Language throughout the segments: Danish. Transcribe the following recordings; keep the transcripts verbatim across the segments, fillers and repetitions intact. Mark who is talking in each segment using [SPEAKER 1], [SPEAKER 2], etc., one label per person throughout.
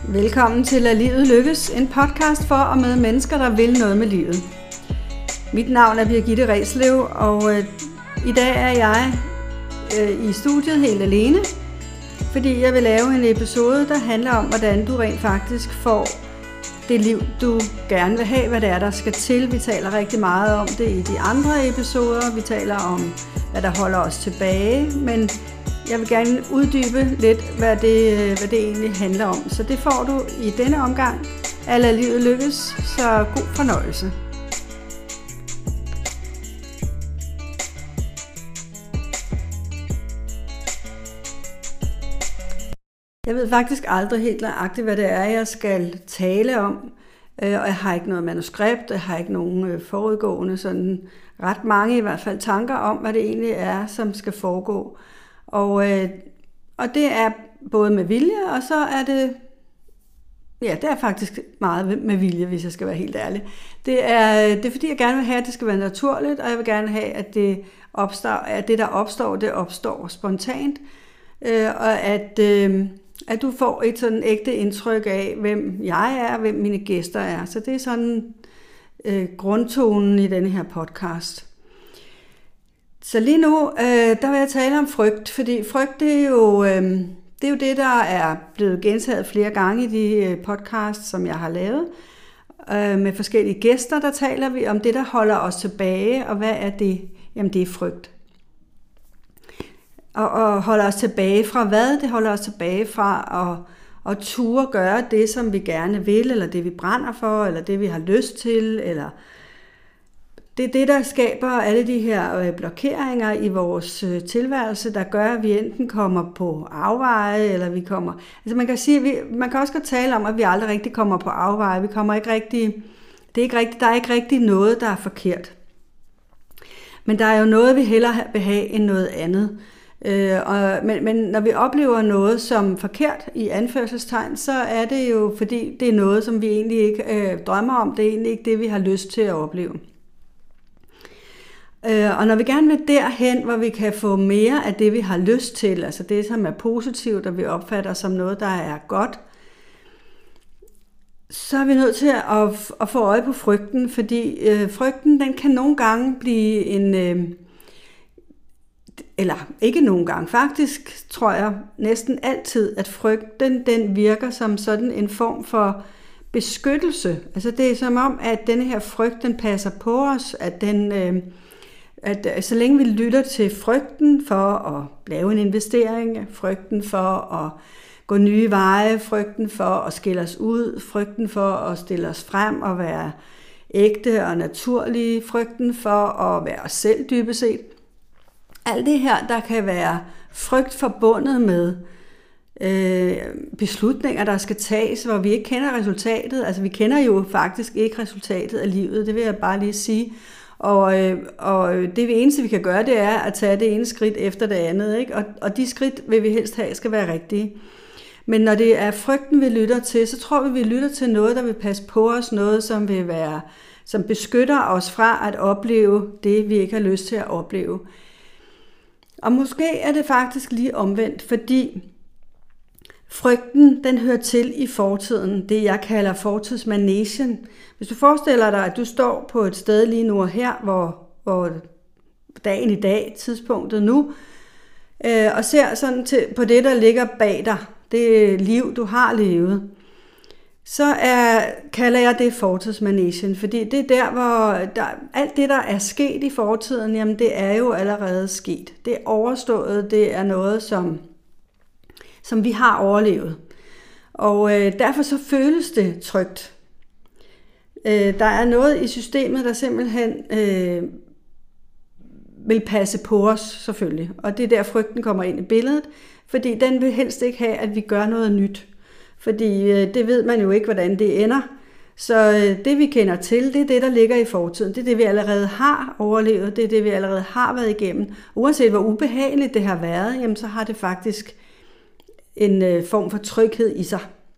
[SPEAKER 1] Velkommen til Lad livet lykkes, en podcast for og med mennesker, der vil noget med livet. Mit navn er Birgitte Ræslev, og øh, i dag er jeg øh, i studiet helt alene, fordi jeg vil lave en episode, der handler om, hvordan du rent faktisk får det liv, du gerne vil have, hvad det er, der skal til. Vi taler rigtig meget om det i de andre episoder. Vi taler om, hvad der holder os tilbage, men jeg vil gerne uddybe lidt, hvad det, hvad det egentlig handler om. Så det får du i denne omgang af Lad livet lykkes, så god fornøjelse. Jeg ved faktisk aldrig helt nøjagtigt, hvad det er, jeg skal tale om. Og jeg har ikke noget manuskript, jeg har ikke nogen forudgående, sådan ret mange i hvert fald tanker om, hvad det egentlig er, som skal foregå. Og, øh, og det er både med vilje, og så er det, ja, det er faktisk meget med vilje, hvis jeg skal være helt ærlig. Det er, det er fordi, jeg gerne vil have, at det skal være naturligt, og jeg vil gerne have, at det, opstår, at det der opstår, det opstår spontant, øh, og at, øh, at du får et sådan ægte indtryk af, hvem jeg er, og hvem mine gæster er. Så det er sådan øh, grundtonen i denne her podcast. Så lige nu, øh, der vil jeg tale om frygt, fordi frygt, det er, jo, øh, det er jo det, der er blevet gentaget flere gange i de podcasts, som jeg har lavet. Øh, med forskellige gæster, der taler vi om det, der holder os tilbage, og hvad er det? Jamen, det er frygt. Og, og holder os tilbage fra hvad? Det holder os tilbage fra at, at ture gøre det, som vi gerne vil, eller det, vi brænder for, eller det, vi har lyst til, eller det er det, der skaber alle de her blokeringer i vores tilværelse, der gør, at vi enten kommer på afveje, eller vi kommer... Altså man kan sige, vi, man kan også godt tale om, at vi aldrig rigtig kommer på afveje. Vi kommer ikke rigtig... Det er ikke rigtig, der er ikke rigtig noget, der er forkert. Men der er jo noget, vi hellere vil have end noget andet. Øh, og, men, men når vi oplever noget som forkert i anførselstegn, så er det jo, fordi det er noget, som vi egentlig ikke øh, drømmer om. Det er egentlig ikke det, vi har lyst til at opleve. Og når vi gerne vil derhen, hvor vi kan få mere af det, vi har lyst til, altså det, som er positivt, og vi opfatter som noget, der er godt, så er vi nødt til at, at få øje på frygten, fordi øh, frygten, den kan nogle gange blive en, øh, eller ikke nogle gange, faktisk tror jeg næsten altid, at frygten, den virker som sådan en form for beskyttelse. Altså det er som om, at denne her frygt, den passer på os, at den... Øh, at så længe vi lytter til frygten for at lave en investering, frygten for at gå nye veje, frygten for at skille os ud, frygten for at stille os frem og være ægte og naturlige, frygten for at være os selv dybest set. Alt det her, der kan være frygt forbundet med øh, beslutninger, der skal tages, hvor vi ikke kender resultatet. Altså vi kender jo faktisk ikke resultatet af livet, det vil jeg bare lige sige. Og, og det eneste, vi kan gøre, det er at tage det ene skridt efter det andet, ikke? Og, og de skridt vil vi helst have, skal være rigtige. Men når det er frygten, vi lytter til, så tror vi, vi lytter til noget, der vil passe på os, noget, som vil være, som beskytter os fra at opleve det, vi ikke har lyst til at opleve. Og måske er det faktisk lige omvendt, fordi frygten, den hører til i fortiden, det jeg kalder fortidsmanagen. Hvis du forestiller dig, at du står på et sted lige nu og her, hvor, hvor dagen i dag, tidspunktet nu, øh, og ser sådan til, på det, der ligger bag dig, det liv, du har levet, så er, kalder jeg det fortidsmanagen, fordi det er der, hvor der, alt det, der er sket i fortiden, jamen det er jo allerede sket. Det er overstået, det er noget, som... som vi har overlevet. Og øh, derfor så føles det trygt. Øh, der er noget i systemet, der simpelthen øh, vil passe på os, selvfølgelig. Og det er der, frygten kommer ind i billedet, fordi den vil helst ikke have, at vi gør noget nyt. Fordi øh, det ved man jo ikke, hvordan det ender. Så øh, det, vi kender til, det er det, der ligger i fortiden. Det er det, vi allerede har overlevet. Det er det, vi allerede har været igennem. Uanset hvor ubehageligt det har været, jamen, så har det faktisk en øh, form for tryghed i sig.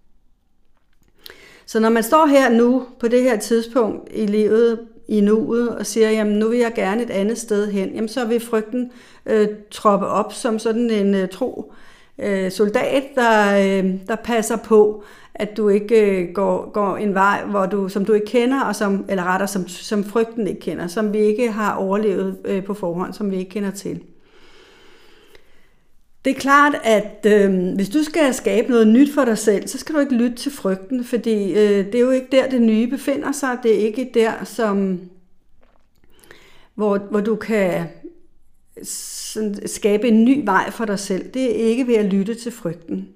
[SPEAKER 1] Så når man står her nu, på det her tidspunkt i livet, i nuet, og siger, jamen nu vil jeg gerne et andet sted hen, jamen så vil frygten øh, troppe op som sådan en øh, tro øh, soldat, der, øh, der passer på, at du ikke øh, går, går en vej, hvor du, som du ikke kender, og som, eller rettere, som, som frygten ikke kender, som vi ikke har overlevet øh, på forhånd, som vi ikke kender til. Det er klart, at øh, hvis du skal skabe noget nyt for dig selv, så skal du ikke lytte til frygten, fordi øh, det er jo ikke der, det nye befinder sig. Det er ikke der, som, hvor, hvor du kan sådan, skabe en ny vej for dig selv. Det er ikke ved at lytte til frygten.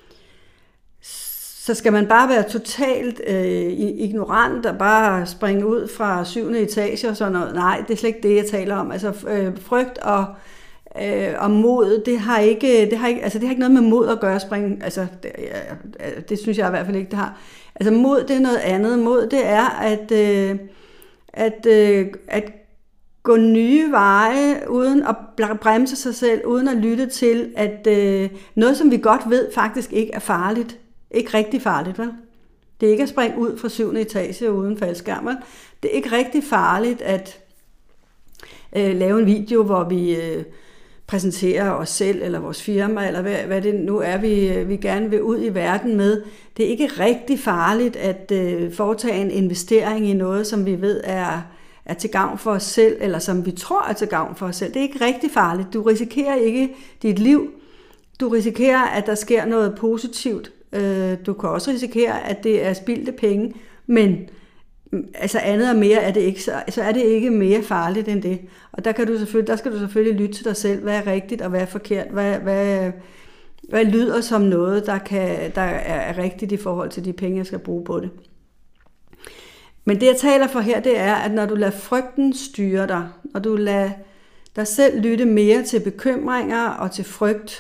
[SPEAKER 1] Så skal man bare være totalt øh, ignorant og bare springe ud fra syvende etage og sådan noget. Nej, det er slet ikke det, jeg taler om. Altså øh, frygt og Øh, og mod, det har ikke, det har ikke, altså det har ikke noget med mod at gøre, springe, altså det, ja, det synes jeg i hvert fald ikke, det har. Altså mod, det er noget andet. Mod, det er at, øh, at, øh, at gå nye veje, uden at bremse sig selv, uden at lytte til, at øh, noget, som vi godt ved, faktisk ikke er farligt. Ikke rigtig farligt, vel? Det er ikke at springe ud fra syvende etage uden faldskærm, vel? Det er ikke rigtig farligt at øh, lave en video, hvor vi øh, præsentere os selv, eller vores firma, eller hvad, hvad det nu er, vi, vi gerne vil ud i verden med. Det er ikke rigtig farligt at øh, foretage en investering i noget, som vi ved er, er til gavn for os selv, eller som vi tror er til gavn for os selv. Det er ikke rigtig farligt. Du risikerer ikke dit liv. Du risikerer, at der sker noget positivt. Øh, du kan også risikere, at det er spildte penge, men altså andet og mere er det ikke, så, så er det ikke mere farligt end det. Og der, kan du selvfølgelig, der skal du selvfølgelig lytte til dig selv, hvad er rigtigt og hvad er forkert, hvad, hvad, hvad lyder som noget, der, kan, der er rigtigt i forhold til de penge, jeg skal bruge på det. Men det, jeg taler for her, det er, at når du lader frygten styre dig, når du lader dig selv lytte mere til bekymringer og til frygt,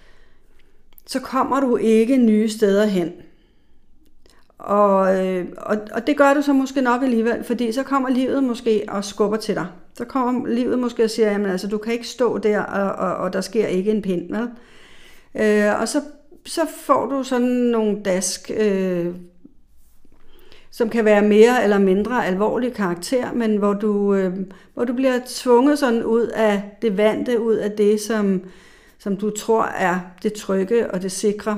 [SPEAKER 1] så kommer du ikke nye steder hen. Og, og, og det gør du så måske nok alligevel, fordi så kommer livet måske og skubber til dig. Så kommer livet måske og siger, jamen altså, du kan ikke stå der, og, og, og der sker ikke en pind, vel? Øh, og så, så får du sådan nogle dask, øh, som kan være mere eller mindre alvorlig karakter, men hvor du, øh, hvor du bliver tvunget sådan ud af det vante, ud af det, som, som du tror er det trygge og det sikre.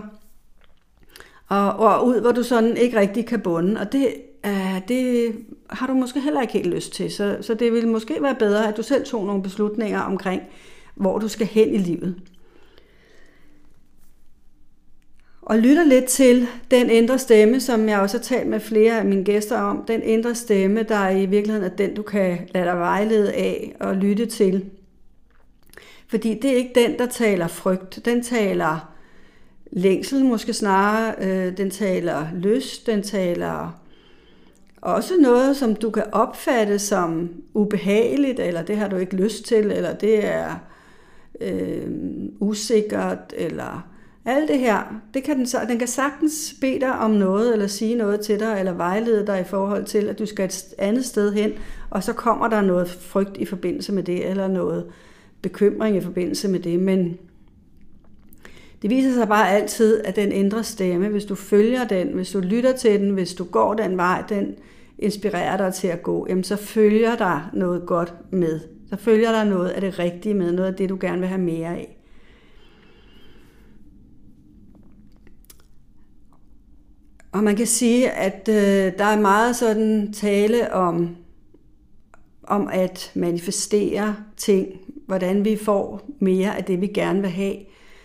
[SPEAKER 1] Og, og ud, hvor du sådan ikke rigtig kan bunde. Og det, øh, det har du måske heller ikke helt lyst til. Så, så det ville måske være bedre, at du selv tog nogle beslutninger omkring, hvor du skal hen i livet. Og lytter lidt til den indre stemme, som jeg også har talt med flere af mine gæster om. Den indre stemme, der i virkeligheden er den, du kan lade dig vejlede af og lytte til. Fordi det er ikke den, der taler frygt. Den taler længsel måske snarere, øh, den taler lyst, den taler også noget, som du kan opfatte som ubehageligt, eller det har du ikke lyst til, eller det er øh, usikkert, eller alt det her. Det kan den, den kan sagtens bede dig om noget, eller sige noget til dig, eller vejlede dig i forhold til, at du skal et andet sted hen, og så kommer der noget frygt i forbindelse med det, eller noget bekymring i forbindelse med det, men det viser sig bare altid, at den indre stemme, hvis du følger den, hvis du lytter til den, hvis du går den vej, den inspirerer dig til at gå, jamen så følger der noget godt med. Så følger der noget af det rigtige med, noget af det, du gerne vil have mere af. Og man kan sige, at øh, der er meget sådan tale om, om at manifestere ting, hvordan vi får mere af det, vi gerne vil have.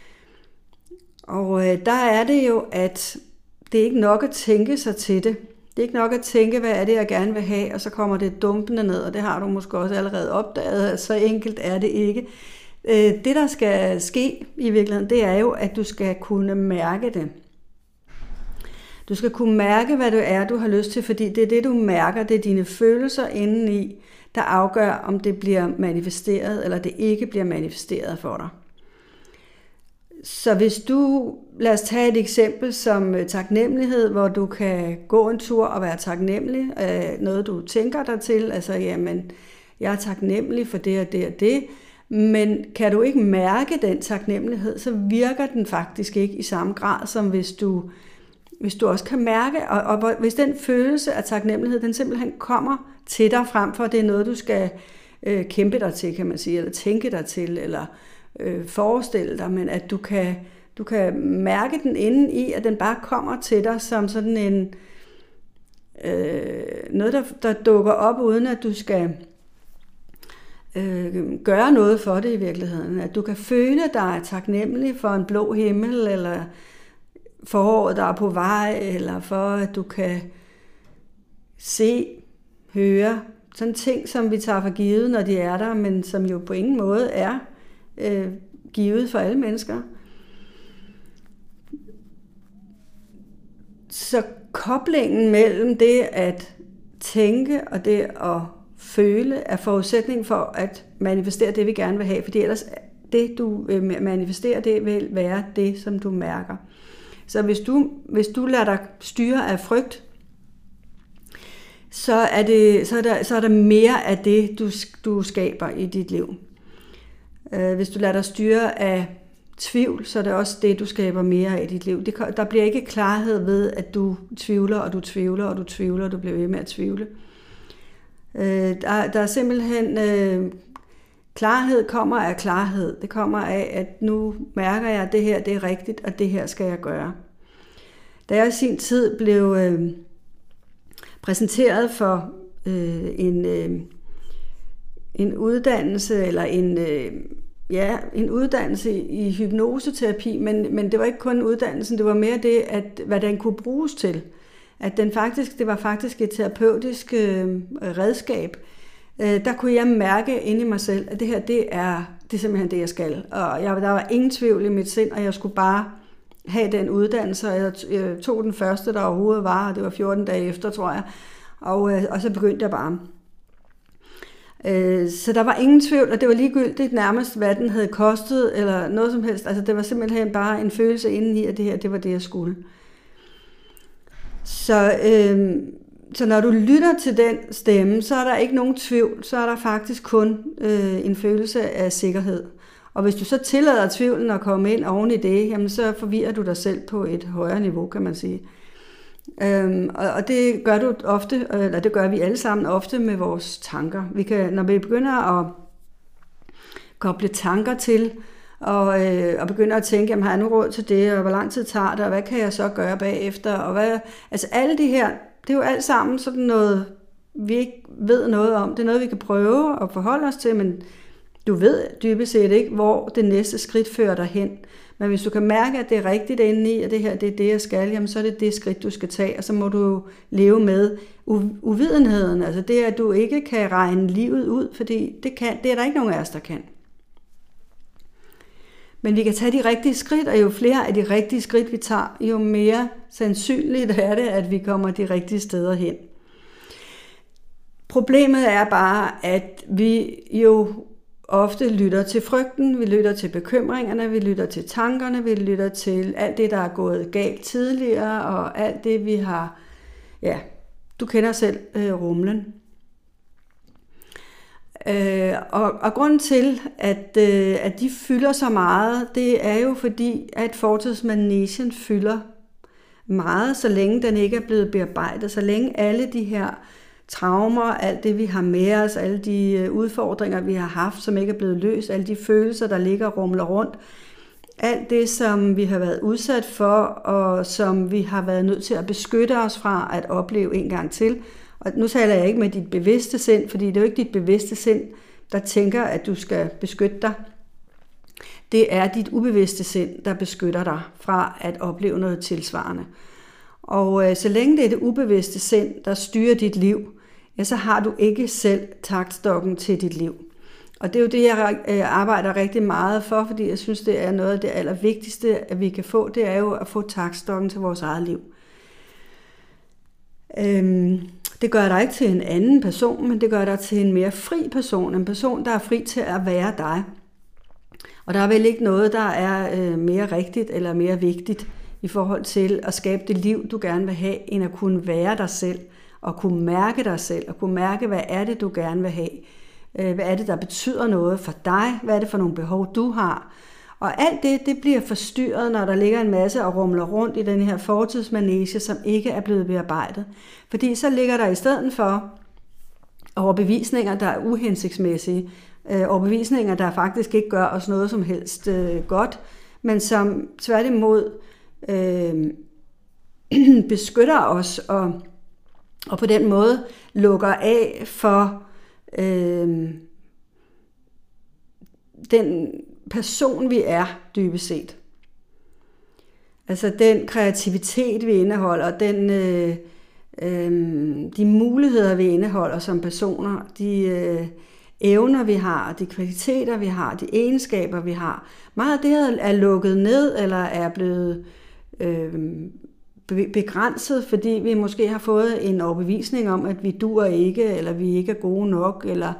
[SPEAKER 1] Og øh, der er det jo, at det er ikke nok at tænke sig til det. Det er ikke nok at tænke, hvad er det, jeg gerne vil have, og så kommer det dumpende ned, og det har du måske også allerede opdaget, så enkelt er det ikke. Øh, det, der skal ske i virkeligheden, det er jo, at du skal kunne mærke det. Du skal kunne mærke, hvad det er, du har lyst til, fordi det er det, du mærker, det er dine følelser indeni, der afgør, om det bliver manifesteret, eller det ikke bliver manifesteret for dig. Så hvis du, lad os tage et eksempel som taknemmelighed, hvor du kan gå en tur og være taknemmelig af noget, du tænker dig til, altså jamen, jeg er taknemmelig for det og det og det, men kan du ikke mærke den taknemmelighed, så virker den faktisk ikke i samme grad, som hvis du, hvis du også kan mærke, og, og hvis den følelse af taknemmelighed, den simpelthen kommer til dig frem for, at det er noget, du skal øh, kæmpe dig til, kan man sige, eller tænke dig til, eller øh, forestille dig, men at du kan, du kan mærke den inde i, at den bare kommer til dig som sådan en øh, noget, der, der dukker op, uden at du skal øh, gøre noget for det i virkeligheden. At du kan føle dig taknemmelig for en blå himmel, eller foråret, der er på vej, eller for at du kan se, høre, sådan ting, som vi tager for givet, når de er der, men som jo på ingen måde er øh, givet for alle mennesker. Så koblingen mellem det at tænke og det at føle er forudsætning for at manifestere det, vi gerne vil have, fordi ellers det, du manifesterer, det vil være det, som du mærker. Så hvis du, hvis du lader dig styre af frygt, så er, det, så er, der, så er der mere af det, du, du skaber i dit liv. Hvis du lader dig styre af tvivl, så er det også det, du skaber mere af i dit liv. Det, der bliver ikke klarhed ved, at du tvivler, og du tvivler, og du tvivler, og du bliver ved med at tvivle. Der, der er simpelthen... Øh, klarhed kommer af klarhed. Det kommer af, at nu mærker jeg, at det her det er rigtigt, og det her skal jeg gøre. Da jeg i sin tid blev øh, præsenteret for øh, en, øh, en uddannelse, eller en, øh, ja, en uddannelse i hypnoseterapi, men, men det var ikke kun uddannelsen, det var mere det, at, hvad den kunne bruges til. At den faktisk, det var faktisk et terapeutisk øh, redskab. Øh, der kunne jeg mærke inde i mig selv, at det her, det er, det er simpelthen det, jeg skal. Og jeg, der var ingen tvivl i mit sind, og jeg skulle bare have den uddannelse, og jeg, jeg tog den første, der overhovedet var, og det var fjorten dage efter, tror jeg. Og, øh, og så begyndte jeg bare. Øh, så der var ingen tvivl, og det var ligegyldigt nærmest, hvad den havde kostet, eller noget som helst. Altså det var simpelthen bare en følelse indeni, at det her, det var det, jeg skulle. Så, øh, så når du lytter til den stemme, så er der ikke nogen tvivl, så er der faktisk kun øh, en følelse af sikkerhed. Og hvis du så tillader tvivlen at komme ind oven i det, jamen så forvirrer du dig selv på et højere niveau, kan man sige. Øhm, og, og det gør du ofte, eller det gør vi alle sammen ofte med vores tanker. Vi kan, når vi begynder at koble tanker til, og, øh, og begynder at tænke, jamen har jeg nu råd til det, og hvor lang tid tager det, og hvad kan jeg så gøre bagefter, og hvad, altså alle de her, det er jo alt sammen sådan noget, vi ikke ved noget om. Det er noget, vi kan prøve at forholde os til, men du ved dybest set ikke, hvor det næste skridt fører dig hen. Men hvis du kan mærke, at det er rigtigt indeni, at det her det er det, jeg skal, jamen så er det det skridt, du skal tage, og så må du leve med uvidenheden. Altså det, at du ikke kan regne livet ud, fordi det, kan, det er der ikke nogen af os, der kan. Men vi kan tage de rigtige skridt, og jo flere af de rigtige skridt, vi tager, jo mere sandsynligt er det, at vi kommer de rigtige steder hen. Problemet er bare, at vi jo ofte lytter til frygten, vi lytter til bekymringerne, vi lytter til tankerne, vi lytter til alt det, der er gået galt tidligere, og alt det, vi har, ja, du kender selv øh, rumlen. Øh, og, og grunden til, at, øh, at de fylder så meget, det er jo fordi, at fortidsmagnesien fylder meget, så længe den ikke er blevet bearbejdet, så længe alle de her traumer, alt det vi har med os, alle de udfordringer vi har haft, som ikke er blevet løst, alle de følelser der ligger og rumler rundt, alt det som vi har været udsat for, og som vi har været nødt til at beskytte os fra at opleve en gang til. Og nu taler jeg ikke med dit bevidste sind, fordi det er jo ikke dit bevidste sind, der tænker, at du skal beskytte dig. Det er dit ubevidste sind, der beskytter dig fra at opleve noget tilsvarende. Og øh, så længe det er det ubevidste sind, der styrer dit liv, ja, så har du ikke selv taktstokken til dit liv. Og det er jo det, jeg arbejder rigtig meget for, fordi jeg synes, det er noget af det allervigtigste, at vi kan få, det er jo at få taktstokken til vores eget liv. Øhm, det gør dig ikke til en anden person, men det gør dig til en mere fri person, en person, der er fri til at være dig. Og der er vel ikke noget, der er øh, mere rigtigt eller mere vigtigt i forhold til at skabe det liv, du gerne vil have, end at kunne være dig selv, og kunne mærke dig selv, og kunne mærke, hvad er det, du gerne vil have. Hvad er det, der betyder noget for dig? Hvad er det for nogle behov, du har? Og alt det, det bliver forstyrret, når der ligger en masse og rumler rundt i den her fortidsmanege, som ikke er blevet bearbejdet. Fordi så ligger der i stedet for overbevisninger, der er uhensigtsmæssige, overbevisninger, der faktisk ikke gør os noget som helst godt, men som tværtimod øh, beskytter os og, og på den måde lukker af for øh, den person, vi er dybest set. Altså den kreativitet, vi indeholder, den, øh, øh, de muligheder, vi indeholder som personer, de øh, evner, vi har, de kvaliteter, vi har, de egenskaber, vi har. Meget af det er lukket ned, eller er blevet øh, begrænset, fordi vi måske har fået en overbevisning om, at vi duer ikke, eller vi ikke er gode nok, eller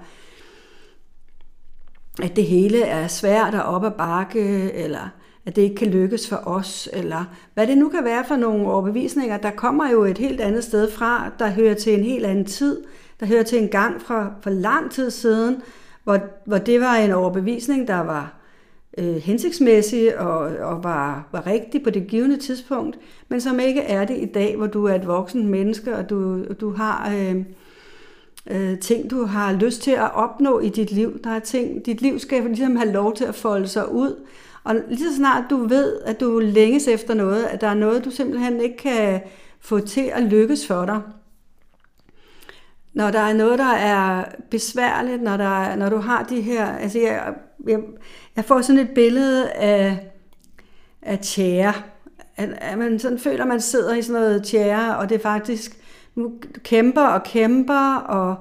[SPEAKER 1] at det hele er svært og op ad bakke, eller at det ikke kan lykkes for os, eller hvad det nu kan være for nogle overbevisninger, der kommer jo et helt andet sted fra, der hører til en helt anden tid, der hører til en gang fra for lang tid siden, hvor, hvor det var en overbevisning, der var øh, hensigtsmæssig og, og var, var rigtig på det givne tidspunkt, men som ikke er det i dag, hvor du er et voksen menneske, og du, du har øh, øh, ting, du har lyst til at opnå i dit liv. Der er ting, dit liv skal ligesom have lov til at folde sig ud. Og lige så snart du ved, at du længes efter noget, at der er noget, du simpelthen ikke kan få til at lykkes for dig. Når der er noget, der er besværligt, når, der er, når du har de her... Altså jeg, jeg, jeg får sådan et billede af, af tjære. At, at man sådan føler, at man sidder i sådan noget tjære, og det er faktisk... Nu kæmper og kæmper, og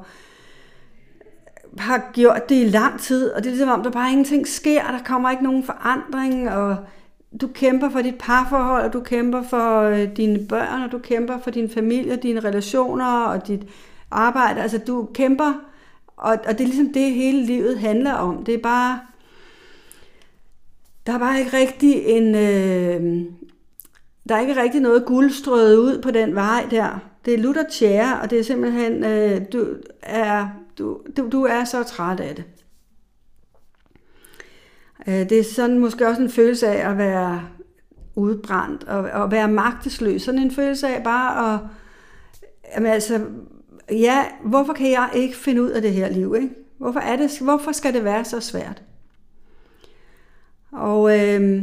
[SPEAKER 1] har gjort det i lang tid, og det er ligesom om, der bare ingenting sker, der kommer ikke nogen forandring, og du kæmper for dit parforhold, og du kæmper for dine børn, og du kæmper for din familie, dine relationer, og dit arbejde, altså du kæmper, og, og det er ligesom det, hele livet handler om. Det er bare, der er bare ikke rigtig en, øh, der er ikke rigtig noget guldstrøget ud på den vej der. Det er lutter tjære, og det er simpelthen, øh, du er, du, du, du er så træt af det. Øh, det er sådan måske også en følelse af at være udbrændt, og, og være magtesløs. Sådan en følelse af bare at, jamen altså, ja, hvorfor kan jeg ikke finde ud af det her liv, ikke? Hvorfor er det, hvorfor skal det være så svært? Og øh,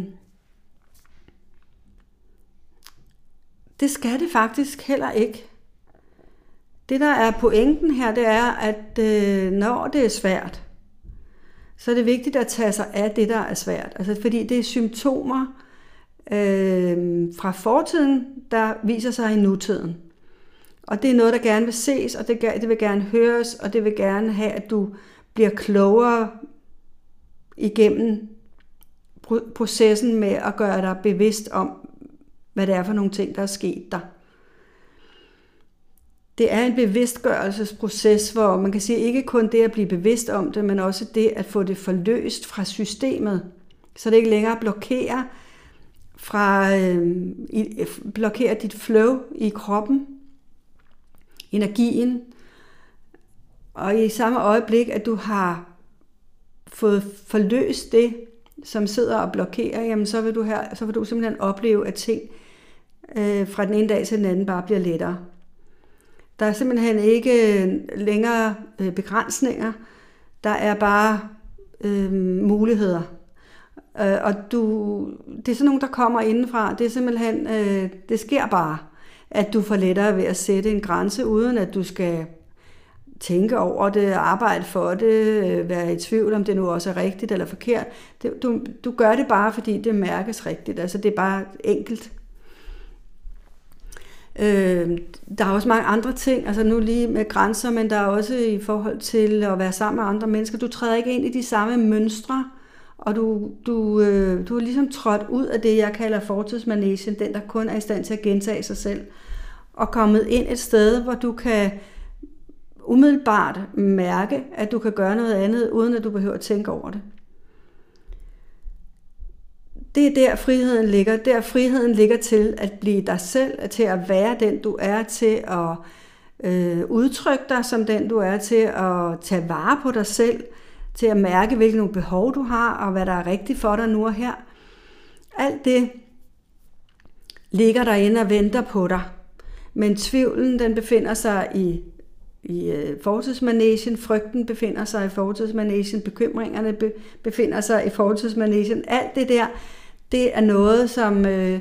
[SPEAKER 1] det skal det faktisk heller ikke. Det, der er pointen her, det er, at øh, når det er svært, så er det vigtigt at tage sig af det, der er svært. Altså, fordi det er symptomer øh, fra fortiden, der viser sig i nutiden. Og det er noget, der gerne vil ses, og det, det vil gerne høres, og det vil gerne have, at du bliver klogere igennem processen med at gøre dig bevidst om, hvad det er for nogle ting, der er sket der. Det er en bevidstgørelsesproces, hvor man kan sige ikke kun det at blive bevidst om det, men også det at få det forløst fra systemet, så det ikke længere blokerer, fra, øh, blokerer dit flow i kroppen, energien, og i samme øjeblik, at du har fået forløst det, som sidder og blokerer, jamen så vil du, her, så vil du simpelthen opleve, at ting øh, fra den ene dag til den anden bare bliver lettere. Der er simpelthen ikke længere øh, begrænsninger, der er bare øh, muligheder. Øh, og du, det er sådan nogle, der kommer indenfra. Det er simpelthen, øh, det sker bare, at du får lettere ved at sætte en grænse, uden at du skal tænke over det, arbejde for det, være i tvivl, om det nu også er rigtigt eller forkert. Det, du, du gør det bare, fordi det mærkes rigtigt. Altså det er bare enkelt. Øh, der er også mange andre ting, altså nu lige med grænser, men der er også i forhold til at være sammen med andre mennesker. Du træder ikke ind i de samme mønstre, og du, du, øh, du er ligesom trådt ud af det, jeg kalder fortidsmanagen, den der kun er i stand til at gentage sig selv, og kommet ind et sted, hvor du kan umiddelbart mærke, at du kan gøre noget andet, uden at du behøver at tænke over det. Det er der friheden ligger. Der friheden ligger til at blive dig selv, til at være den du er, til at øh, udtrykke dig som den du er, til at tage vare på dig selv, til at mærke hvilke behov du har, og hvad der er rigtigt for dig nu og her. Alt det ligger derinde og venter på dig. Men tvivlen, den befinder sig i i øh, fortidsmanagen, frygten befinder sig i fortidsmanagen, bekymringerne be, befinder sig i fortidsmanagen. Alt det der, det er noget, som øh,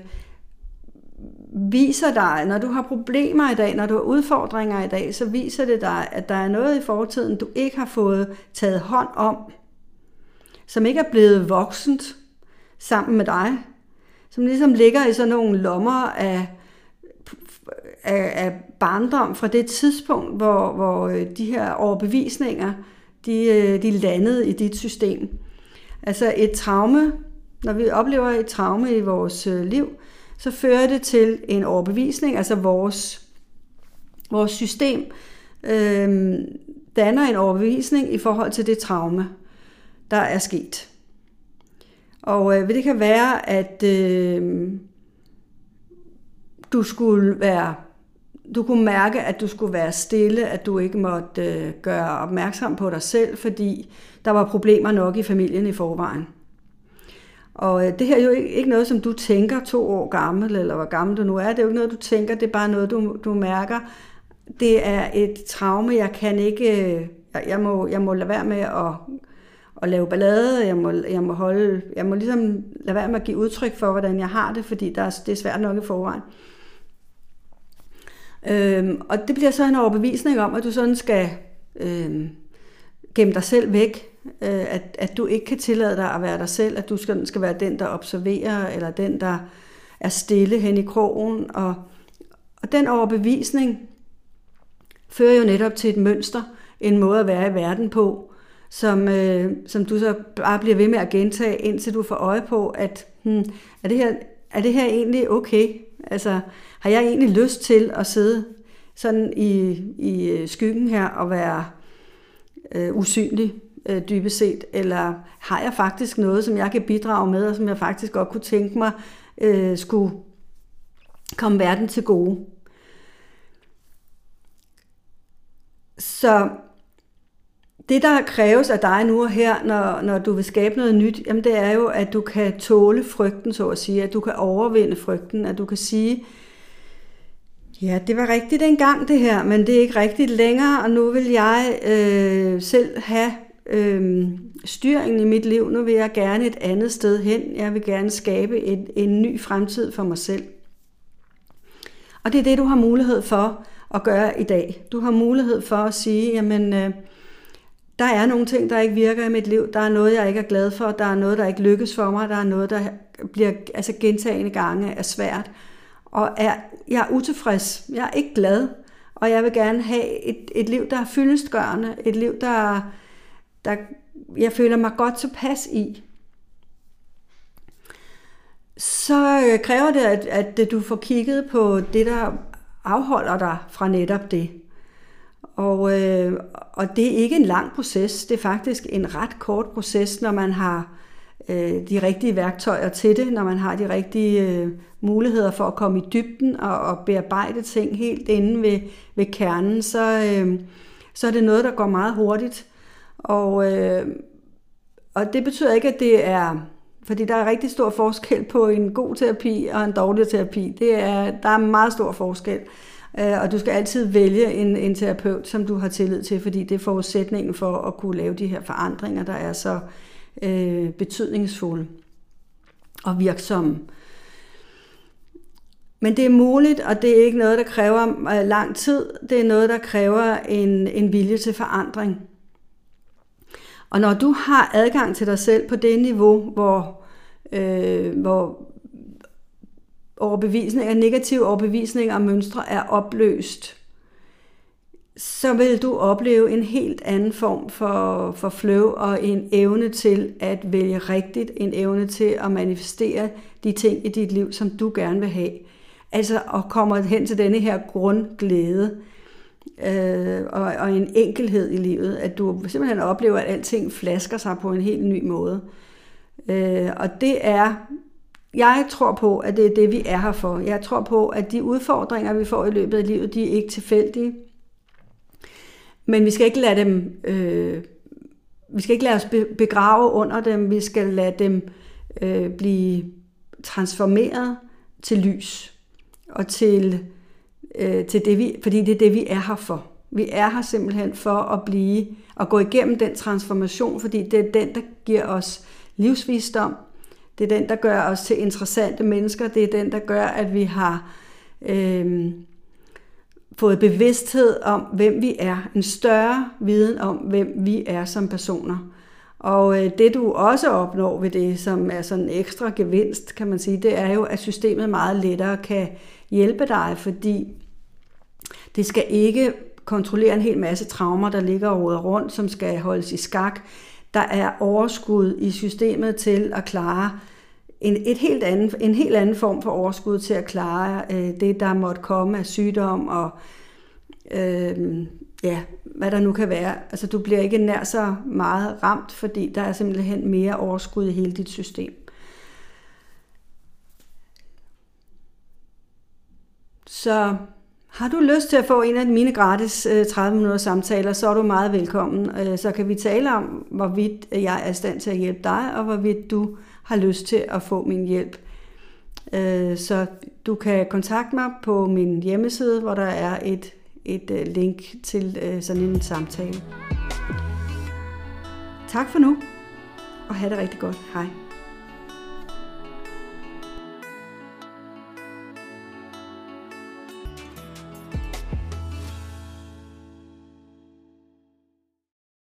[SPEAKER 1] viser dig, når du har problemer i dag, når du har udfordringer i dag, så viser det dig, at der er noget i fortiden, du ikke har fået taget hånd om, som ikke er blevet voksent sammen med dig, som ligesom ligger i sådan nogle lommer af, af, af barndom fra det tidspunkt, hvor, hvor de her overbevisninger, de, de landede i dit system. Altså et traume, når vi oplever et traume i vores liv, så fører det til en overbevisning, altså vores, vores system øh, danner en overbevisning i forhold til det traume, der er sket. Og øh, det kan være, at øh, du skulle være, du kunne mærke, at du skulle være stille, at du ikke måtte øh, gøre opmærksom på dig selv, fordi der var problemer nok i familien i forvejen. Og øh, det her er jo ikke, ikke noget, som du tænker to år gammel, eller hvor gammel du nu er. Det er jo ikke noget, du tænker, det er bare noget, du, du mærker. Det er et traume, jeg kan ikke, jeg, jeg, må, jeg må lade være med at at lave ballade, jeg må, jeg må holde, jeg må ligesom lade være med at give udtryk for, hvordan jeg har det, fordi der er, det er svært nok i forvejen. Øhm, og det bliver så en overbevisning om, at du sådan skal øhm, gemme dig selv væk, øh, at, at du ikke kan tillade dig at være dig selv, at du skal, skal være den, der observerer, eller den, der er stille hen i krogen. Og, og den overbevisning fører jo netop til et mønster, en måde at være i verden på, Som, øh, som du så bare bliver ved med at gentage, indtil du får øje på, at hmm, er, det her, er det her egentlig okay? Altså, har jeg egentlig lyst til at sidde sådan i, i skyggen her og være øh, usynlig øh, dybest set? Eller har jeg faktisk noget, som jeg kan bidrage med, og som jeg faktisk godt kunne tænke mig øh, skulle komme verden til gode? Så det, der kræves af dig nu og her, når, når du vil skabe noget nyt, jamen det er jo, at du kan tåle frygten, så at sige, at du kan overvinde frygten, at du kan sige, ja, det var rigtigt engang det her, men det er ikke rigtigt længere, og nu vil jeg øh, selv have øh, styringen i mit liv. Nu vil jeg gerne et andet sted hen. Jeg vil gerne skabe en, en ny fremtid for mig selv. Og det er det, du har mulighed for at gøre i dag. Du har mulighed for at sige, jamen, øh, der er nogle ting, der ikke virker i mit liv. Der er noget, jeg ikke er glad for. Der er noget, der ikke lykkes for mig. Der er noget, der bliver altså gentagende gange er svært. Og er, jeg er utilfreds. Jeg er ikke glad. Og jeg vil gerne have et, et liv, der er fyldestgørende. Et liv, der, der jeg føler mig godt tilpas i. Så kræver det, at, at du får kigget på det, der afholder dig fra netop det. Og, øh, og det er ikke en lang proces, det er faktisk en ret kort proces, når man har øh, de rigtige værktøjer til det, når man har de rigtige øh, muligheder for at komme i dybden og, og bearbejde ting helt inde ved, ved kernen, så, øh, så er det noget, der går meget hurtigt. Og, øh, og det betyder ikke, at det er, fordi der er rigtig stor forskel på en god terapi og en dårlig terapi. Det er, der er meget stor forskel. Og du skal altid vælge en, en terapeut, som du har tillid til, fordi det er forudsætningen for at kunne lave de her forandringer, der er så øh, betydningsfulde og virksomme. Men det er muligt, og det er ikke noget, der kræver lang tid. Det er noget, der kræver en, en vilje til forandring. Og når du har adgang til dig selv på det niveau, hvor, øh, hvor overbevisninger, negative overbevisninger og mønstre er opløst, så vil du opleve en helt anden form for, for flow og en evne til at vælge rigtigt, en evne til at manifestere de ting i dit liv, som du gerne vil have. Altså at komme hen til denne her grundglæde øh, og, og en enkelhed i livet, at du simpelthen oplever, at alting flasker sig på en helt ny måde. Øh, og det er Jeg tror på, at det er det, vi er her for. Jeg tror på, at de udfordringer, vi får i løbet af livet, de er ikke tilfældige. Men vi skal ikke lade dem, øh, vi skal ikke lade os begrave under dem. Vi skal lade dem øh, blive transformeret til lys og til, øh, til det, vi, fordi det er det, vi er her for. Vi er her simpelthen for at blive og gå igennem den transformation, fordi det er den, der giver os livsvisdom. Det er den, der gør os til interessante mennesker. Det er den, der gør, at vi har øh, fået bevidsthed om, hvem vi er. En større viden om, hvem vi er som personer. Og øh, det du også opnår ved det, som er sådan en ekstra gevinst, kan man sige, det er jo, at systemet meget lettere kan hjælpe dig, fordi det skal ikke kontrollere en hel masse traumer, der ligger og roder rundt, som skal holdes i skak. Der er overskud i systemet til at klare en, et helt anden, en helt anden form for overskud til at klare øh, det, der måtte komme af sygdom og øh, ja, hvad der nu kan være. Altså, du bliver ikke nær så meget ramt, fordi der er simpelthen mere overskud i hele dit system. Så har du lyst til at få en af mine gratis tredive minutters samtaler, så er du meget velkommen. Så kan vi tale om, hvorvidt jeg er i stand til at hjælpe dig, og hvorvidt du har lyst til at få min hjælp. Så du kan kontakte mig på min hjemmeside, hvor der er et, et link til sådan en samtale. Tak for nu, og have det rigtig godt. Hej.